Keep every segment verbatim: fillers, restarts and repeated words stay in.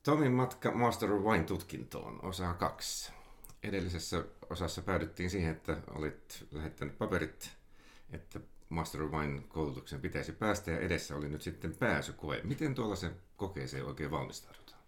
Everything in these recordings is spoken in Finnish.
Tomin matka Master of Wine-tutkintoon, osa kaksi. Edellisessä osassa päädyttiin siihen, että olit lähettänyt paperit, että Master of Wine-koulutuksen pitäisi päästä ja edessä oli nyt sitten pääsykoe. Miten tuollaisen kokeeseen oikein valmistaudutaan?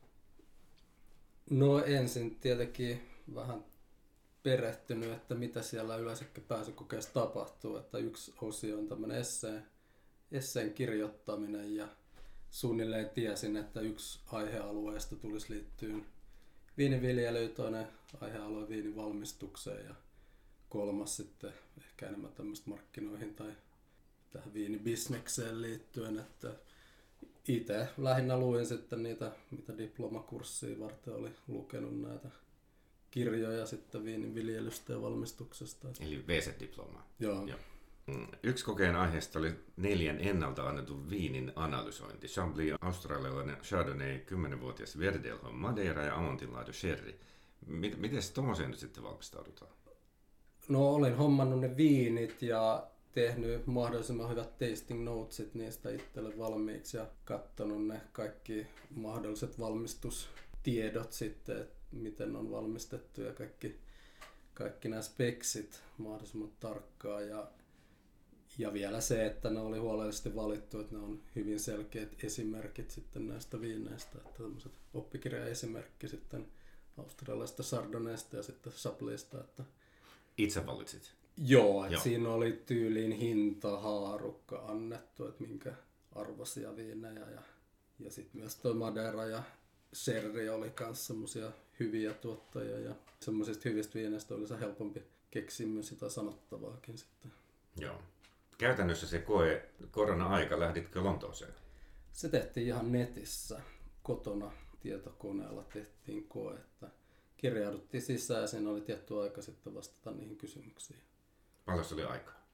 No ensin tietenkin vähän perehtynyt, että mitä siellä yleensäkin pääsykokeessa tapahtuu. Että yksi osio on tämmöinen esseen, esseen kirjoittaminen ja suunnilleen tiesin, että yksi aihealueesta tulisi liittyä viiniviljelyyn, toinen aihealue viinin valmistukseen ja kolmas sitten ehkä enemmän tämmöistä markkinoihin tai tähän viinibisnekseen liittyen. Että itse lähinnä luin sitten niitä, mitä diplomakurssia varten oli lukenut näitä kirjoja sitten viiniviljelystä ja valmistuksesta. Eli V C-diplomaa. Joo. Joo. Yksi kokeen aiheesta oli neljän ennalta annetun viinin analysointi. Chablis australialainen Chardonnay, kymmenvuotias Verdelho Madeira ja Amontinlaadu Sherry. Miten tuommoiseen nyt sitten valmistaudutaan? No olin hommannut ne viinit ja tehnyt mahdollisimman hyvät tasting notesit niistä itselle valmiiksi ja katsonut ne kaikki mahdolliset valmistustiedot sitten, että miten on valmistettu ja kaikki, kaikki nämä speksit mahdollisimman tarkkaan. Ja Ja vielä se, että ne oli huolellisesti valittu, että ne on hyvin selkeät esimerkit sitten näistä viineistä, että tämmöiset oppikirjaesimerkki sitten australialaisesta Chardonnaysta ja sitten Chablisista. Että Itse valitsit? Joo, että Joo. siinä oli tyyliin hintahaarukka annettu, että minkä arvoisia viinejä ja, ja sitten myös tuo Madeira ja Sherry oli myös semmoisia hyviä tuottajia ja semmoisista hyvistä viineistä oli se helpompi keksiä myös sitä sanottavaakin sitten. Joo. Käytännössä se koe, korona-aika, lähditkö Lontooseen? Se tehtiin ihan netissä. Kotona tietokoneella tehtiin koe, että kirjauduttiin sisään ja siinä oli tietty aika sitten vastata niihin kysymyksiin. Paljon se oli aikaa?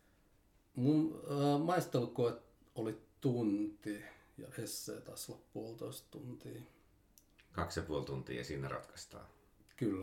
Mun äh, maistelukoe oli tunti ja essee taisi olla puolitoista tuntia. Kaksi ja puoli tuntia ja siinä ratkaistaan. Kyllä.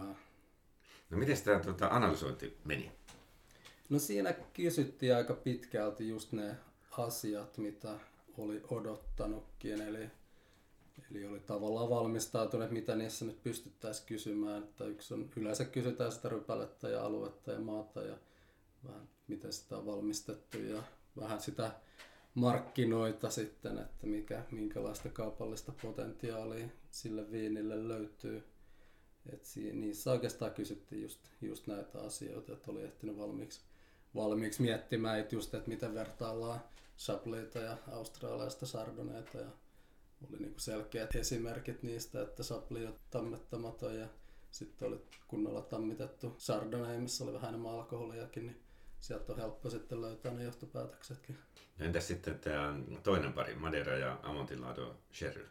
No miten tämä tuota, analysointi meni? No siinä kysyttiin aika pitkälti just ne asiat, mitä oli odottanutkin. Eli, eli oli tavallaan valmistautunut, mitä niissä nyt pystyttäisiin kysymään. Että yksi on, yleensä kysytään sitä rypälettä ja aluetta ja maata ja vähän miten sitä on valmistettu ja vähän sitä markkinoita sitten, että mikä, minkälaista kaupallista potentiaalia sille viinille löytyy. Et siinä, niissä oikeastaan kysyttiin just, just näitä asioita, että oli ehtinyt valmiiksi, valmiiksi miettimään, että just, että miten vertaillaan Chablista ja australialaista Chardonnayta ja oli niinku selkeät esimerkit niistä, että Chablis on tammettamaton ja sitten oli kunnolla tammitettu Chardonnay, missä oli vähän enemmän alkoholiakin, niin sieltä on helppo sitten löytää ne johtopäätöksetkin. No entäs sitten tämä toinen pari, Madeira ja Amontillado Sherry?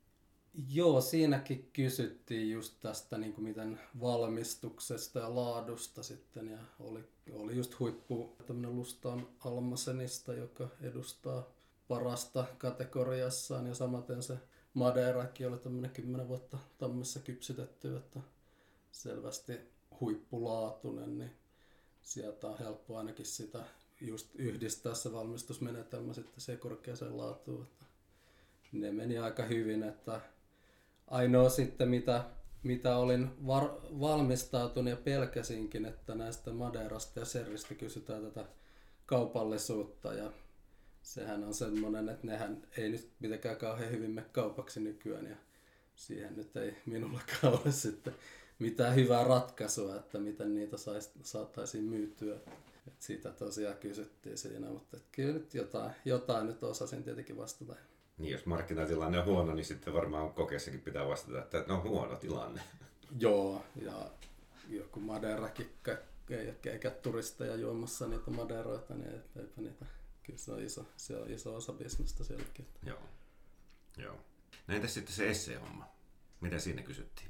Joo, siinäkin kysyttiin just tästä niin kuin miten valmistuksesta ja laadusta sitten ja oli, oli just huippu tämmöinen Lustan Almacenista, joka edustaa parasta kategoriassaan ja samaten se Madeirakin oli tämmöinen kymmenen vuotta tammessa kypsytetty, että selvästi huippulaatuinen, niin sieltä on helppo ainakin sitä just yhdistää se valmistusmenetelmä sitten se korkeaseen laatuun, että ne meni aika hyvin, että ainoa sitten mitä, mitä olin var, valmistautunut ja pelkäsinkin, että näistä Madeirasta ja Sherrystä kysytään tätä kaupallisuutta ja sehän on semmoinen, että nehän ei nyt mitenkään kauhean hyvin mene kaupaksi nykyään ja siihen nyt ei minullakaan ole sitten mitään hyvää ratkaisua, että miten niitä sais, saataisiin myytyä. Et siitä tosiaan kysyttiin siinä, mutta kyllä nyt jotain, jotain nyt osasin tietenkin vastata. Niin, jos markkinatilanne on huono, niin sitten varmaan kokeessakin pitää vastata, että no huono tilanne. Joo, ja joku Madeirakin, ei, eikä turisteja juomassa niitä Madeiroita, niin eipä niitä, kyllä se on iso, se on iso osa bisnestä sielläkin. Joo, joo. No entäs sitten se essee-homma? Mitä siinä kysyttiin?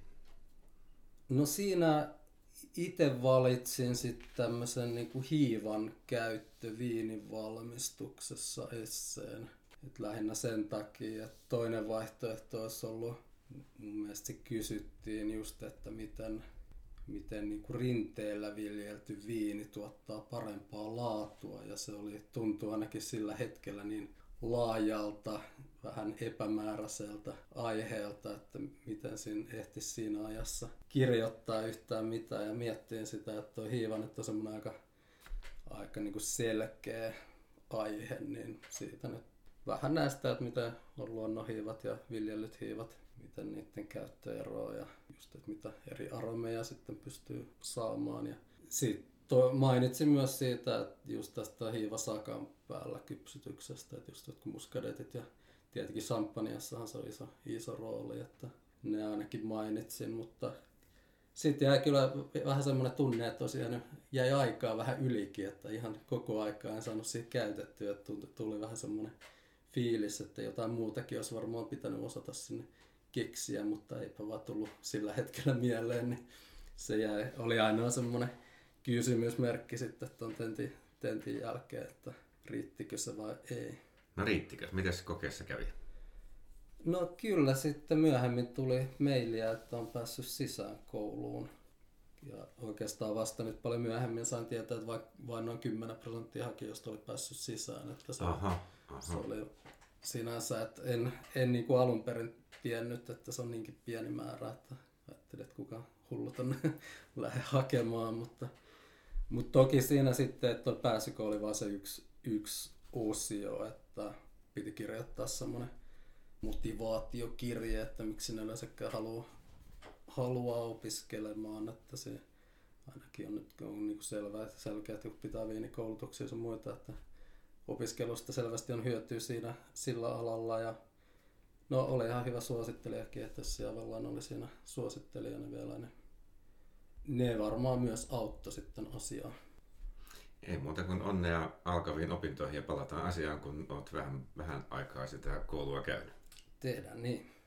No siinä itse valitsin sitten tämmöisen niinku hiivan käyttö viinin valmistuksessa esseen. Et lähinnä sen takia, että toinen vaihtoehto olisi ollut, mun mielestä se kysyttiin just, että miten, miten niinku rinteellä viljelty viini tuottaa parempaa laatua. Ja se oli, tuntui ainakin sillä hetkellä niin laajalta, vähän epämääräiseltä aiheelta, että miten siinä ehtisi siinä ajassa kirjoittaa yhtään mitään ja miettiin sitä, että tuo hiiva nyt on semmoinen aika, aika niin kuin selkeä aihe, niin siitä nyt vähän näistä, että mitä on luonnonhiivat ja viljellyt hiivat, miten niiden käyttö eroaa ja just, että mitä eri aromeja sitten pystyy saamaan. Ja sitten mainitsin myös siitä, että just tästä hiivasakan päällä kypsytyksestä, että just jotkut muskadetit ja tietenkin champagneassahan se on iso, iso rooli, että ne ainakin mainitsin, mutta sitten jäi kyllä vähän semmoinen tunne, että tosiaan jäi aikaa vähän ylikin, että ihan koko aikaa en saanut siitä käytettyä, että tuli vähän semmoinen fiilis, että jotain muutakin olisi varmaan pitänyt osata sinne keksiä, mutta eipä vaan tullut sillä hetkellä mieleen, niin se jäi, oli ainoa semmoinen kysymysmerkki sitten tuon tentin, tentin jälkeen, että riittikö se vai ei. No riittikö? Miten se kokeessa kävi? No kyllä sitten myöhemmin tuli mailia, että on päässyt sisään kouluun. Ja oikeastaan vasta nyt paljon myöhemmin sain tietää, että vain noin kymmenen prosenttia hakijoista oli päässyt sisään. Että se, aha, aha. se oli sinänsä, että en, en niin kuin alun perin tiennyt, että se on niinkin pieni määrä, että ajattelin, että kuka hullu tonne lähde hakemaan. Mutta, mutta toki siinä sitten, että tuo pääsykö oli vain se yksi, yksi osio, että piti kirjoittaa semmoinen motivaatiokirje, että miksi ne yleensäkään haluaa, haluaa opiskelemaan, että se ainakin on nyt on niin kuin selvää, että selkeä, että pitää viinikoulutuksia ja muita, että opiskelusta selvästi on hyötyä siinä sillä alalla ja no oli ihan hyvä suosittelijakin, että jos Sievellan oli siinä suosittelijana vielä, niin ne varmaan myös auttoi sitten asiaa. Ei muuta kuin onnea alkaviin opintoihin ja palataan asiaan, kun olet vähän, vähän aikaa sitä koulua käynyt. Tehdään niin.